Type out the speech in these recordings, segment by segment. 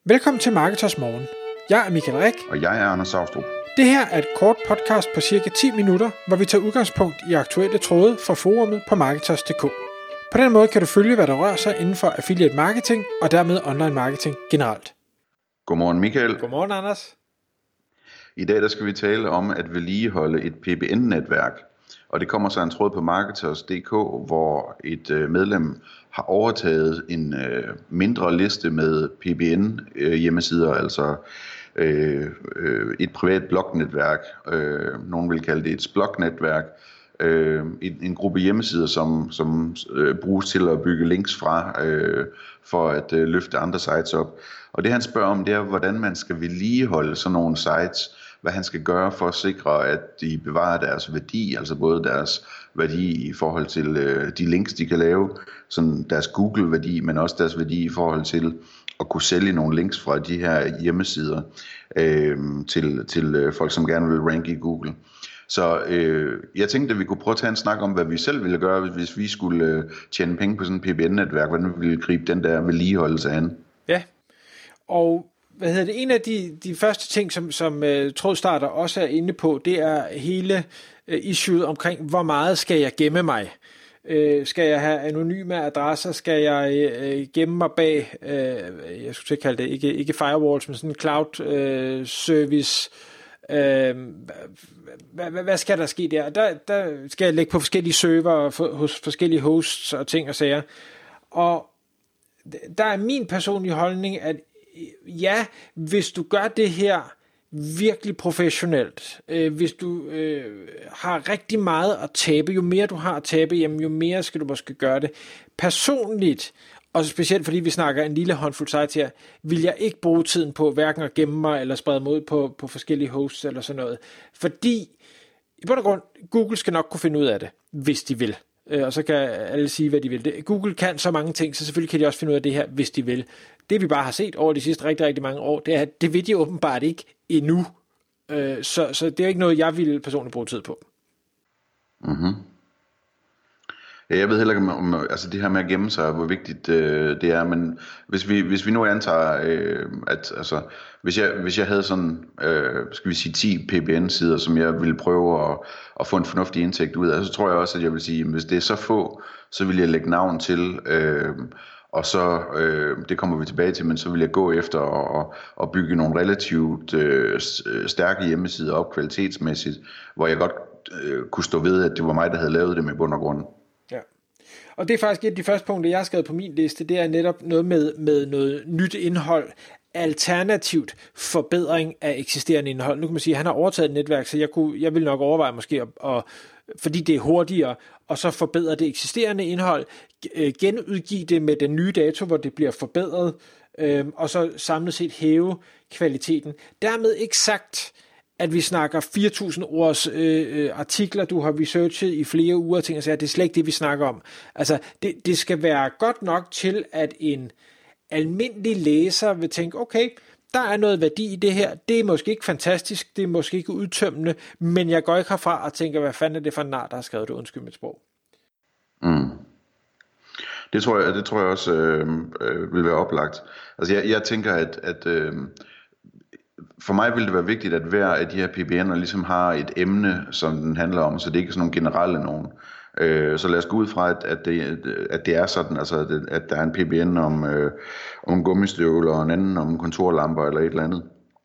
Velkommen til Marketers Morgen. Jeg er Michael Rik. Og jeg er Anders Saustrup. Det her er et kort podcast på cirka 10 minutter, hvor vi tager udgangspunkt i aktuelle tråde fra forumet på Marketers.dk. På den måde kan du følge, hvad der rører sig inden for affiliate marketing og dermed online marketing generelt. Godmorgen Michael. Godmorgen Anders. I dag der skal vi tale om at vedligeholde et PBN-netværk. Og det kommer så en tråd på Marketers.dk, hvor et medlem har overtaget en mindre liste med PBN-hjemmesider, altså et privat blognetværk. Nogen vil kalde det et blognetværk. En gruppe hjemmesider, som bruges til at bygge links fra, for at løfte andre sites op. Og det han spørger om, det er, hvordan man skal vedligeholde sådan nogle sites, hvad han skal gøre for at sikre, at de bevarer deres værdi, altså både deres værdi i forhold til de links, de kan lave, sådan deres Google-værdi, men også deres værdi i forhold til at kunne sælge nogle links fra de her hjemmesider til folk, som gerne vil ranke i Google. Så jeg tænkte, at vi kunne prøve at tage en snak om, hvad vi selv ville gøre, hvis vi skulle tjene penge på sådan et PBN-netværk, hvordan vi ville gribe den der vedligeholdelse an. Ja, og en af de første ting, som trådstarter også er inde på, det er hele issueet omkring, hvor meget skal jeg gemme mig? Skal jeg have anonyme adresser? Skal jeg gemme mig bag, jeg skulle til at kalde det, ikke firewalls, men sådan en cloud service? Hvad skal der ske der? Der skal jeg lægge på forskellige server hos forskellige hosts og ting og sager. Og der er min personlige holdning, at ja, hvis du gør det her virkelig professionelt, hvis du har rigtig meget at tabe, jo mere du har at tabe, jamen, jo mere skal du måske gøre det. Personligt, og specielt fordi vi snakker en lille håndfuld sites her, vil jeg ikke bruge tiden på hverken at gemme mig eller sprede mig ud på forskellige hosts eller sådan noget. Fordi i bund og grund, Google skal nok kunne finde ud af det, hvis de vil. Og så kan alle sige, hvad de vil. Google kan så mange ting, så selvfølgelig kan de også finde ud af det her, hvis de vil. Det vi bare har set over de sidste rigtig, rigtig mange år, det er, at det vil de åbenbart ikke endnu. Så det er ikke noget, jeg vil personligt bruge tid på. Mhm. Ja, jeg ved heller ikke om altså det her med at gemme sig, hvor vigtigt det er, men hvis vi nu antager, at altså, hvis jeg havde sådan, skal vi sige 10 PBN-sider, som jeg ville prøve at få en fornuftig indtægt ud af, så tror jeg også, at jeg vil sige, at hvis det er så få, så vil jeg lægge navn til, og så, det kommer vi tilbage til, men så vil jeg gå efter at bygge nogle relativt stærke hjemmesider op kvalitetsmæssigt, hvor jeg godt kunne stå ved, at det var mig, der havde lavet det med bund og grund. Ja. Og det er faktisk et af de første punkter, jeg har skrevet på min liste, det er netop noget med noget nyt indhold, alternativt forbedring af eksisterende indhold. Nu kan man sige, at han har overtaget et netværk, så jeg vil nok overveje måske, fordi det er hurtigere, og så forbedre det eksisterende indhold, genudgive det med den nye dato, hvor det bliver forbedret, og så samlet set hæve kvaliteten. Dermed ikke sagt, at vi snakker 4.000 ords artikler, du har researchet i flere uger, ting og sager. Det er slet ikke det, vi snakker om. Altså, det skal være godt nok til, at en almindelig læser vil tænke, okay, der er noget værdi i det her. Det er måske ikke fantastisk, det er måske ikke udtømmende, men jeg går ikke herfra og tænker, hvad fanden er det for en nar, der har skrevet det, undskyld mit sprog. Mm. Det tror jeg også vil være oplagt. Altså jeg tænker, at for mig vil det være vigtigt, at hver af de her PBN'er ligesom har et emne, som den handler om, så det ikke er sådan nogle generelle nogen. Så lad os gå ud fra, at det er sådan, altså at der er en PBN om gummistøvler, og en anden om kontorlamper eller et eller andet.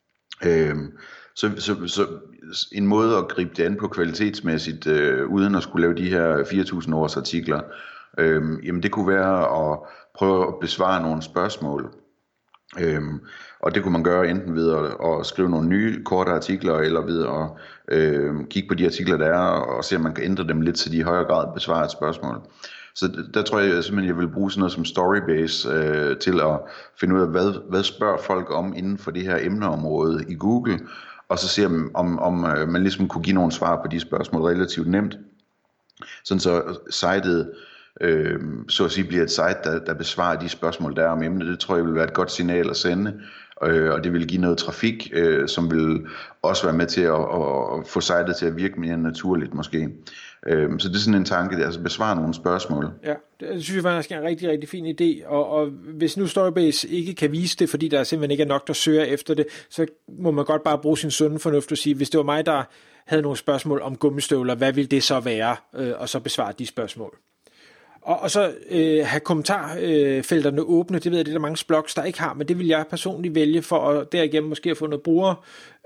Så en måde at gribe det an på kvalitetsmæssigt, uden at skulle lave de her 4.000 års artikler, jamen det kunne være at prøve at besvare nogle spørgsmål. Og det kunne man gøre enten ved at skrive nogle nye korte artikler, eller ved at kigge på de artikler, der er, og se om man kan ændre dem lidt, så de i højere grad besvarer et spørgsmål. Så der tror jeg simpelthen, jeg vil bruge sådan noget som Storybase til at finde ud af, hvad spørger folk om inden for det her emneområde i Google, og så se om man ligesom kunne give nogle svar på de spørgsmål relativt nemt, sådan så sitet så at sige bliver et site, der besvarer de spørgsmål, der er om emnet. Det tror jeg vil være et godt signal at sende, og det vil give noget trafik, som vil også være med til at få sitet til at virke mere naturligt måske. Så det er sådan en tanke, der altså besvare nogle spørgsmål. Ja, det synes jeg faktisk er en rigtig, rigtig fin idé, og hvis nu Storybase ikke kan vise det, fordi der simpelthen ikke er nok, der søger efter det, så må man godt bare bruge sin sunde fornuft og sige, hvis det var mig, der havde nogle spørgsmål om gummistøvler, hvad ville det så være, og så besvare de spørgsmål. Og så have kommentarfelterne åbne, det ved jeg, det er der mange blogs, der ikke har, men det vil jeg personligt vælge for at derigennem måske at få noget bruger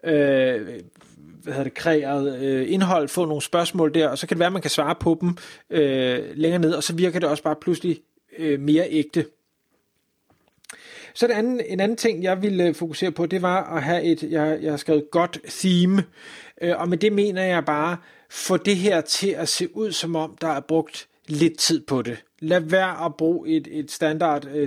kreeret indhold, få nogle spørgsmål der, og så kan det være, at man kan svare på dem længere ned, og så virker det også bare pludselig mere ægte. Så en anden ting, jeg ville fokusere på, det var at have jeg har skrevet godt theme, og med det mener jeg bare, få det her til at se ud, som om der er brugt lidt tid på det. Lad være at bruge et standard 2018-2019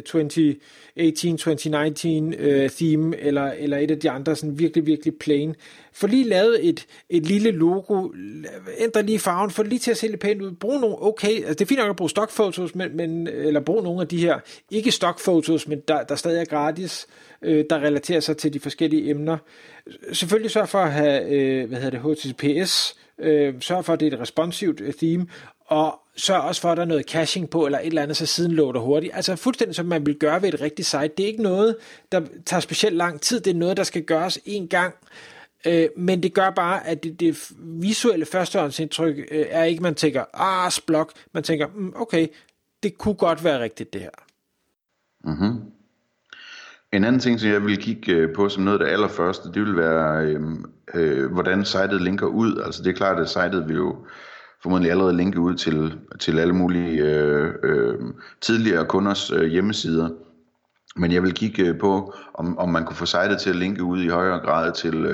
theme, eller et af de andre, sådan virkelig, virkelig plain. Få lige lavet et lille logo, ændre lige farven, få det lige til at se lidt pænt ud. Brug nogle, okay, altså det er fint nok at bruge stockfotos, eller brug nogle af de her, ikke stockfotos, men der stadig er gratis, der relaterer sig til de forskellige emner. Selvfølgelig sørg for at have, HTTPS, sørg for, at det er et responsivt theme, og sørg også for, at der er noget caching på, eller et eller andet, så siden loader hurtigt. Altså fuldstændig som man vil gøre ved et rigtigt site. Det er ikke noget, der tager specielt lang tid. Det er noget, der skal gøres en gang. Men det gør bare, at det visuelle førstehåndsindtryk er ikke, man tænker, splok. Man tænker, okay, det kunne godt være rigtigt, det her. Mm-hmm. En anden ting, som jeg vil kigge på som noget af det allerførste, det vil være, hvordan sitet linker ud. Altså det er klart, at sitet vil jo formodentlig allerede linke ud til alle mulige tidligere kunders hjemmesider. Men jeg vil kigge på, om man kunne få sitet til at linke ud i højere grad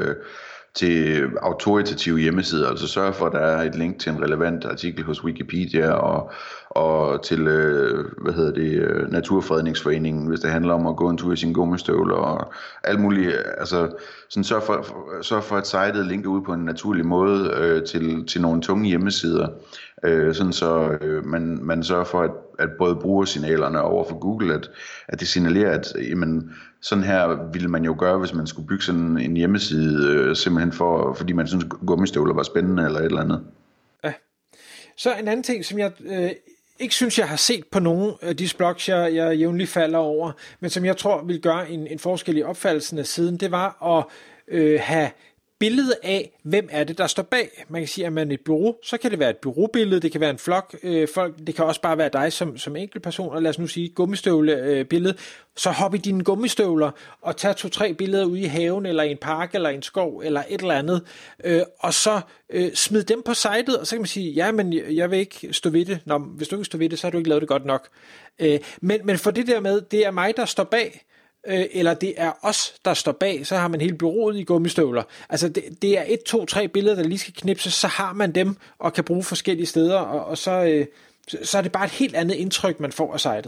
til autoritative hjemmesider, altså sørge for, at der er et link til en relevant artikel hos Wikipedia og til Naturfredningsforeningen, hvis det handler om at gå en tur i sine gummistøvler og alt muligt. Altså sådan sørg for at sitet linker ud på en naturlig måde til nogle tunge hjemmesider, sådan så man sørger for at både brugersignalerne over for Google, at det signalerer, at jamen, sådan her ville man jo gøre, hvis man skulle bygge sådan en hjemmeside, simpelthen fordi man synes, gummistøvler var spændende eller et eller andet. Ja. Så en anden ting, som jeg ikke synes, jeg har set på nogen af de blogs, jeg jævnligt falder over, men som jeg tror vil gøre en forskel i opfattelsen af siden, det var at have billede af, hvem er det, der står bag. Man kan sige, at man er et bureau, så kan det være et bureaubillede, det kan være en flok folk, det kan også bare være dig som enkeltperson, og lad os nu sige gummistøvlebillede. Så hop i dine gummistøvler og tag 2-3 billeder ude i haven, eller i en park, eller i en skov, eller et eller andet, og så smid dem på sitet, og så kan man sige, ja, men jeg vil ikke stå ved det. Nå, hvis du ikke står ved det, så har du ikke lavet det godt nok. Men for det der med, det er mig, der står bag, eller det er os, der står bag, så har man hele bureauet i gummistøvler. Altså det er 1, 2, 3 billeder, der lige skal knipses, så har man dem og kan bruge forskellige steder, og så er det bare et helt andet indtryk, man får af sitet.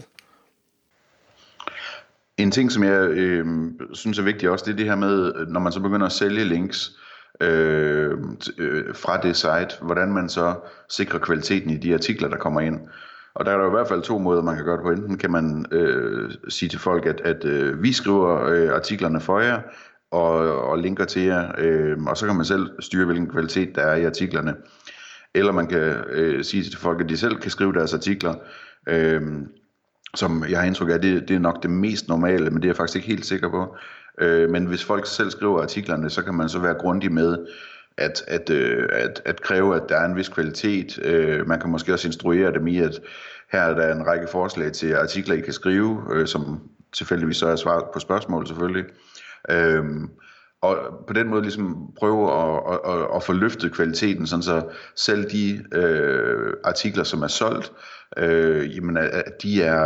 En ting, som jeg synes er vigtigt også, det er det her med, når man så begynder at sælge links fra det site, hvordan man så sikrer kvaliteten i de artikler, der kommer ind. Og der er der i hvert fald 2 måder, man kan gøre det på. Enten kan man sige til folk, at vi skriver artiklerne for jer, og linker til jer, og så kan man selv styre, hvilken kvalitet der er i artiklerne. Eller man kan sige til folk, at de selv kan skrive deres artikler, som jeg har indtryk af, det er nok det mest normale, men det er jeg faktisk ikke helt sikker på. Men hvis folk selv skriver artiklerne, så kan man så være grundig med at kræve, at der er en vis kvalitet. Man kan måske også instruere dem i, at her er der en række forslag til artikler, I kan skrive, som tilfældigvis så er svar på spørgsmål selvfølgelig. Og på den måde ligesom prøve at få løftet kvaliteten, sådan så selv de artikler, som er solgt, jamen, at de er,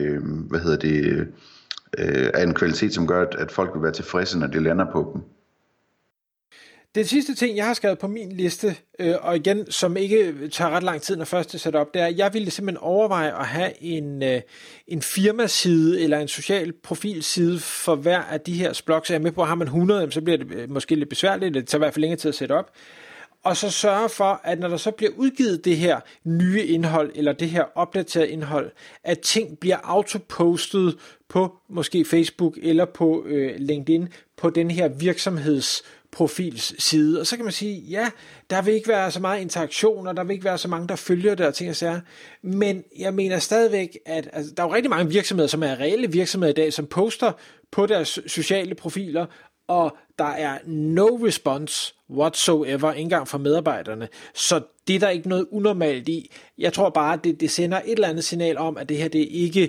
af en kvalitet, som gør, at folk vil være tilfredse, når de lander på dem. Den sidste ting, jeg har skrevet på min liste, og igen, som ikke tager ret lang tid, når først det er sat op, det er, at jeg ville simpelthen overveje at have en firmaside eller en social profilside for hver af de her blogs. Jeg er med på, at har man 100, så bliver det måske lidt besværligt, det tager i hvert fald længere tid at sætte op. og så sørge for, at når der så bliver udgivet det her nye indhold, eller det her opdaterede indhold, at ting bliver autopostet på måske Facebook eller på LinkedIn, på den her virksomhedsprofils side. Og så kan man sige, ja, der vil ikke være så meget interaktion, og der vil ikke være så mange, der følger det og ting og sager. Men jeg mener stadigvæk, at der er jo rigtig mange virksomheder, som er reelle virksomheder i dag, som poster på deres sociale profiler, og der er no response whatsoever, ikke engang fra medarbejderne. Så det er der ikke noget unormalt i. Jeg tror bare, at det sender et eller andet signal om, at det her, det er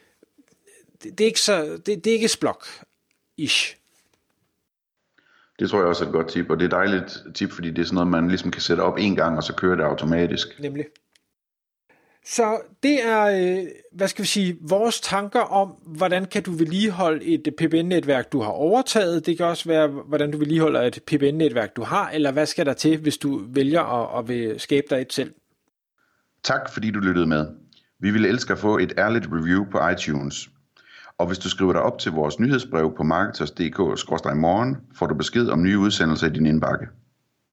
ikke splok-ish. Det tror jeg også er et godt tip, og det er et dejligt tip, fordi det er sådan noget, man ligesom kan sætte op en gang, og så kører det automatisk. Nemlig. Så det er, vores tanker om, hvordan kan du vedligeholde et PBN-netværk, du har overtaget. Det kan også være, hvordan du vedligeholder et PBN-netværk, du har, eller hvad skal der til, hvis du vælger at vil skabe dig et selv. Tak fordi du lyttede med. Vi ville elske at få et ærligt review på iTunes. Og hvis du skriver dig op til vores nyhedsbrev på marketers.dk/morgen, får du besked om nye udsendelser i din indbakke.